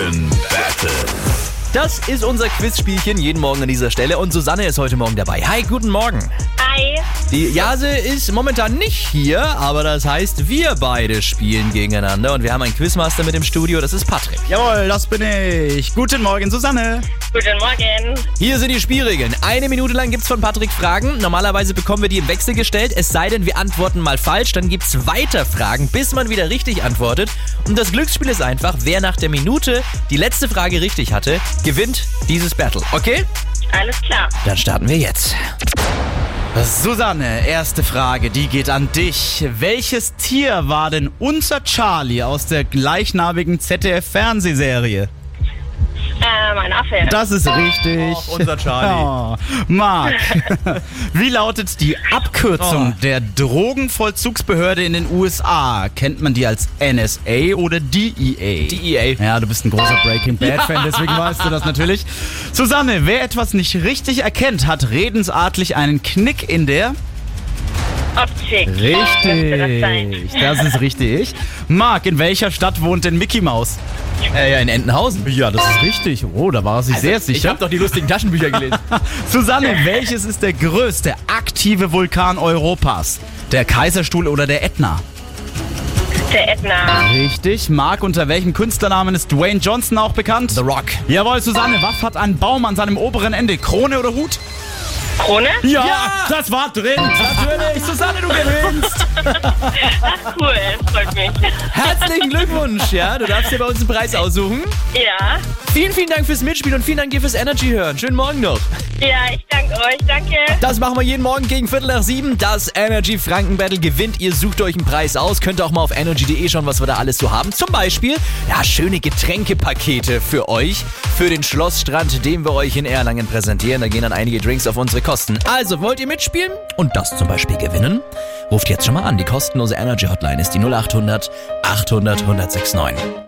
Franken Battle. Das ist unser Quizspielchen jeden Morgen an dieser Stelle und Susanne ist heute Morgen dabei. Hi, guten Morgen. Hi. Die Jase ist momentan nicht hier, aber das heißt, wir beide spielen gegeneinander und wir haben einen Quizmaster mit im Studio, das ist Patrick. Jawohl, das bin ich. Guten Morgen, Susanne. Guten Morgen. Hier sind die Spielregeln. 1 Minute lang gibt's von Patrick Fragen. Normalerweise bekommen wir die im Wechsel gestellt, es sei denn, wir antworten mal falsch. Dann gibt's weiter Fragen, bis man wieder richtig antwortet. Und das Glücksspiel ist einfach, wer nach der Minute die letzte Frage richtig hatte, gewinnt dieses Battle. Okay? Alles klar. Dann starten wir jetzt. Susanne, erste Frage, die geht an dich. Welches Tier war denn unser Charlie aus der gleichnamigen ZDF-Fernsehserie? Ein Affe. Das ist richtig. Och, unser Charlie. Oh, Marc, wie lautet die Abkürzung der Drogenvollzugsbehörde in den USA? Kennt man die als NSA oder DEA? DEA. Ja, du bist ein großer Breaking Bad-Fan, deswegen weißt du das natürlich. Susanne, wer etwas nicht richtig erkennt, hat redensartlich einen Knick in der... Optik. Müsste das sein. Richtig, das ist richtig. Marc, in welcher Stadt wohnt denn Mickey Mouse? Ja, in Entenhausen. Ja, das ist richtig. Oh, da war er sich sehr Ich sicher. habe doch die lustigen Taschenbücher gelesen. Susanne, welches ist der größte aktive Vulkan Europas? Der Kaiserstuhl oder der Ätna? Der Ätna. Richtig. Marc, unter welchem Künstlernamen ist Dwayne Johnson auch bekannt? The Rock. Jawohl, Susanne, was hat ein Baum an seinem oberen Ende? Krone oder Hut? Krone? Ja, das war drin. Natürlich. Susanne, du gewinnst. Ach, cool. Freut mich. Herzlichen Glückwunsch, ja. Du darfst dir bei uns einen Preis aussuchen. Ja. Vielen, vielen Dank fürs Mitspielen und vielen Dank dir fürs Energy hören. Schönen Morgen noch. Ja, ich danke euch. Danke. Das machen wir jeden Morgen gegen 6:15. Das Energy Franken Battle gewinnt. Ihr sucht euch einen Preis aus. Könnt ihr auch mal auf energy.de schauen, was wir da alles so haben. Zum Beispiel, ja, schöne Getränkepakete für euch. Für den Schlossstrand, den wir euch in Erlangen präsentieren. Da gehen dann einige Drinks auf unsere Kosten. Also, wollt ihr mitspielen und das zum Beispiel gewinnen? Ruft jetzt schon mal an. Die kostenlose Energy Hotline ist die 0800 800 1069.